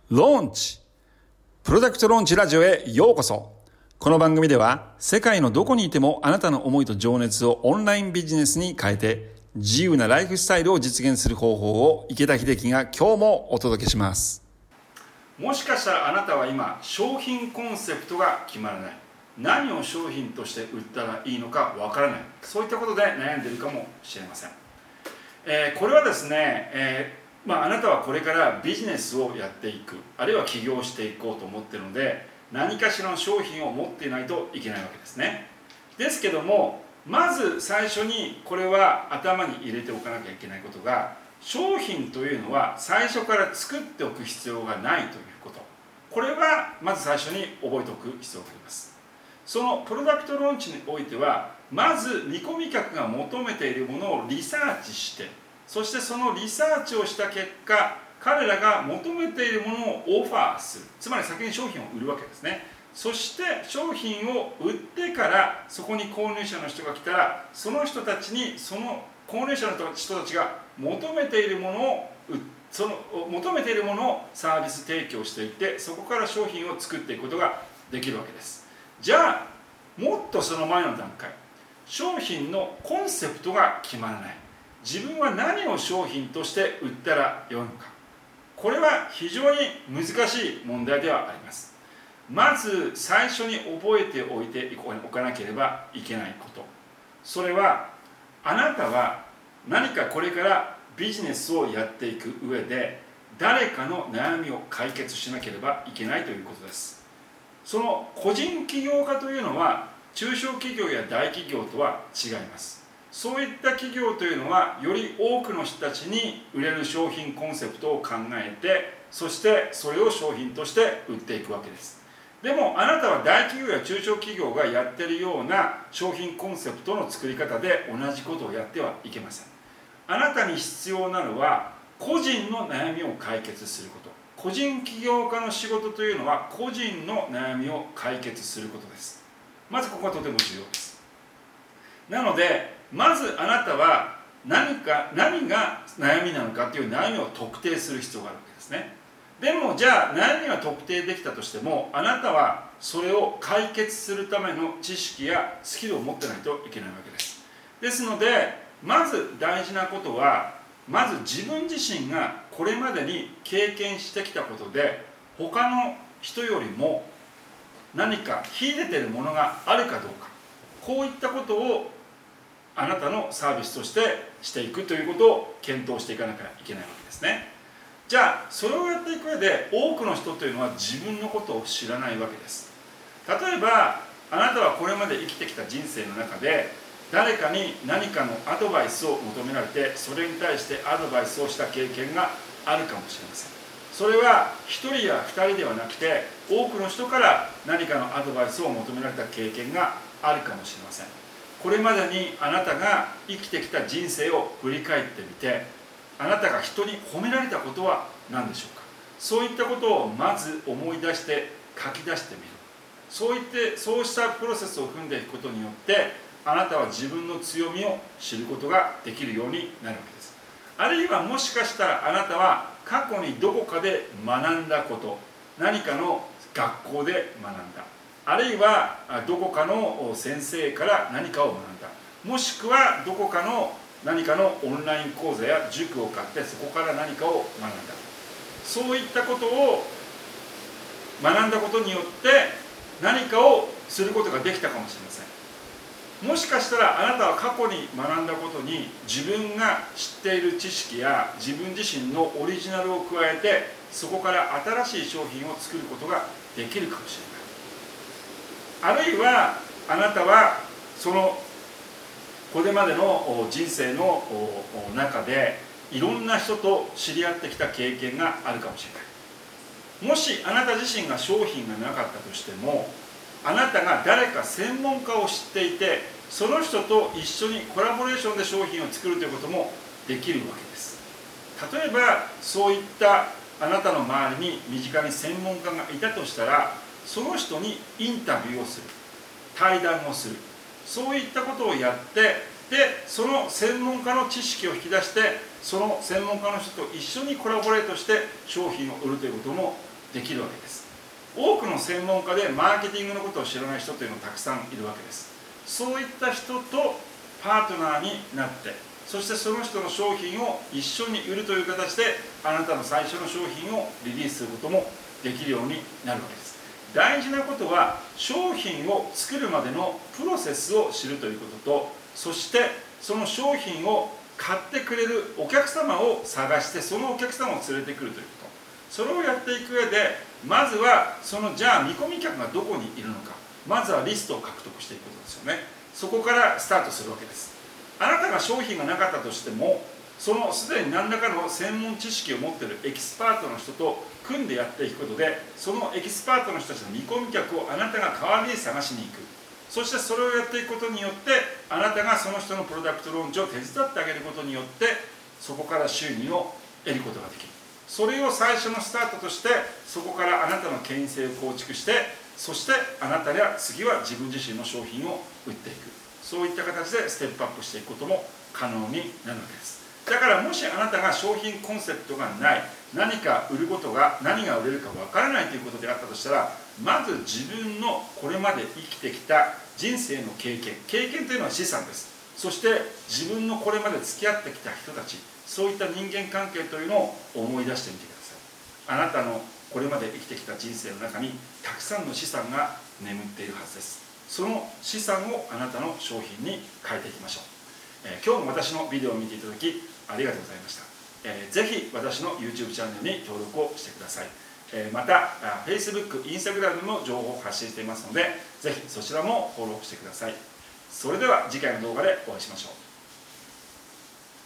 ローンチプロダクトローンチラジオへようこそ。この番組では世界のどこにいてもあなたの思いと情熱をオンラインビジネスに変えて自由なライフスタイルを実現する方法を池田秀樹が今日もお届けします。もしかしたらあなたは今商品コンセプトが決まらない、何を商品として売ったらいいのかわからない、そういったことで悩んでいるかもしれません。これはですね、あなたはこれからビジネスをやっていく、あるいは起業していこうと思っているので、何かしらの商品を持っていないといけないわけですね。ですけども、まず最初にこれは頭に入れておかなきゃいけないことが、商品というのは最初から作っておく必要がないということ、これはまず最初に覚えておく必要があります。そのプロダクトローンチにおいては、まず見込み客が求めているものをリサーチして、そしてそのリサーチをした結果、彼らが求めているものをオファーする、つまり先に商品を売るわけですね。そして商品を売ってからそこに購入者の人が来たら、その人たちにその購入者の人たちが求めているものを求めているものをサービス提供していって、そこから商品を作っていくことができるわけです。じゃあもっとその前の段階、商品のコンセプトが決まらない、自分は何を商品として売ったらよいのか、これは非常に難しい問題ではあります。まず最初に覚えておいておかなければいけないこと、それはあなたは何かこれからビジネスをやっていく上で誰かの悩みを解決しなければいけないということです。その個人起業家というのは中小企業や大企業とは違います。そういった企業というのはより多くの人たちに売れる商品コンセプトを考えて、そしてそれを商品として売っていくわけです。でもあなたは大企業や中小企業がやっているような商品コンセプトの作り方で同じことをやってはいけません。あなたに必要なのは個人の悩みを解決すること。個人起業家の仕事というのは個人の悩みを解決することです。まずここはとても重要です。なのでまずあなたは何が悩みなのかという悩みを特定する必要があるわけですね。でもじゃあ悩みは特定できたとしても、あなたはそれを解決するための知識やスキルを持ってないといけないわけです。ですのでまず大事なことは、まず自分自身がこれまでに経験してきたことで他の人よりも何か秀でているものがあるかどうか、こういったことをあなたのサービスとしていくということを検討していかなきゃいけないわけですね。じゃあそれをやっていく上で多くの人というのは自分のことを知らないわけです。例えばあなたはこれまで生きてきた人生の中で誰かに何かのアドバイスを求められて、それに対してアドバイスをした経験があるかもしれません。それは1人や2人ではなくて多くの人から何かのアドバイスを求められた経験があるかもしれません。これまでにあなたが生きてきた人生を振り返ってみて、あなたが人に褒められたことは何でしょうか。そういったことをまず思い出して書き出してみる。そうしたプロセスを踏んでいくことによって、あなたは自分の強みを知ることができるようになるわけです。あるいはもしかしたらあなたは過去にどこかで学んだこと、何かの学校で学んだ、あるいはどこかの先生から何かを学んだ、もしくはどこかの何かのオンライン講座や塾を買ってそこから何かを学んだ、そういったことを学んだことによって何かをすることができたかもしれません。もしかしたらあなたは過去に学んだことに自分が知っている知識や自分自身のオリジナルを加えて、そこから新しい商品を作ることができるかもしれない。あるいはあなたはそのこれまでの人生の中でいろんな人と知り合ってきた経験があるかもしれない。もしあなた自身が商品がなかったとしても、あなたが誰か専門家を知っていて、その人と一緒にコラボレーションで商品を作るということもできるわけです。例えばそういったあなたの周りに身近に専門家がいたとしたら、その人にインタビューをする、対談をする、そういったことをやって、でその専門家の知識を引き出して、その専門家の人と一緒にコラボレートして商品を売るということもできるわけです。多くの専門家でマーケティングのことを知らない人というのがたくさんいるわけです。そういった人とパートナーになって、そしてその人の商品を一緒に売るという形であなたの最初の商品をリリースすることもできるようになるわけです。大事なことは商品を作るまでのプロセスを知るということと、そしてその商品を買ってくれるお客様を探して、そのお客様を連れてくるということ、それをやっていく上で、まずはじゃあ見込み客がどこにいるのか、まずはリストを獲得していくことですよね。そこからスタートするわけです。あなたが商品がなかったとしても、すでに何らかの専門知識を持っているエキスパートの人と組んでやっていくことで、そのエキスパートの人たちの見込み客をあなたが代わりに探しに行く。そしてそれをやっていくことによって、あなたがその人のプロダクトローンチを手伝ってあげることによって、そこから収入を得ることができる。それを最初のスタートとして、そこからあなたの権威性を構築して、そしてあなたや次は自分自身の商品を売っていく。そういった形でステップアップしていくことも可能になるわけです。だからもしあなたが商品コンセプトがない、何か売ることが何が売れるかわからないということであったとしたら、まず自分のこれまで生きてきた人生の経験というのは資産です。そして自分のこれまで付き合ってきた人たち、そういった人間関係というのを思い出してみてください。あなたのこれまで生きてきた人生の中にたくさんの資産が眠っているはずです。その資産をあなたの商品に変えていきましょう。今日も私のビデオを見ていただきありがとうございました。ぜひ私の YouTube チャンネルに登録をしてください。また Facebook、Instagram の情報を発信していますので、ぜひそちらもフォローしてください。それでは次回の動画でお会いしましょう。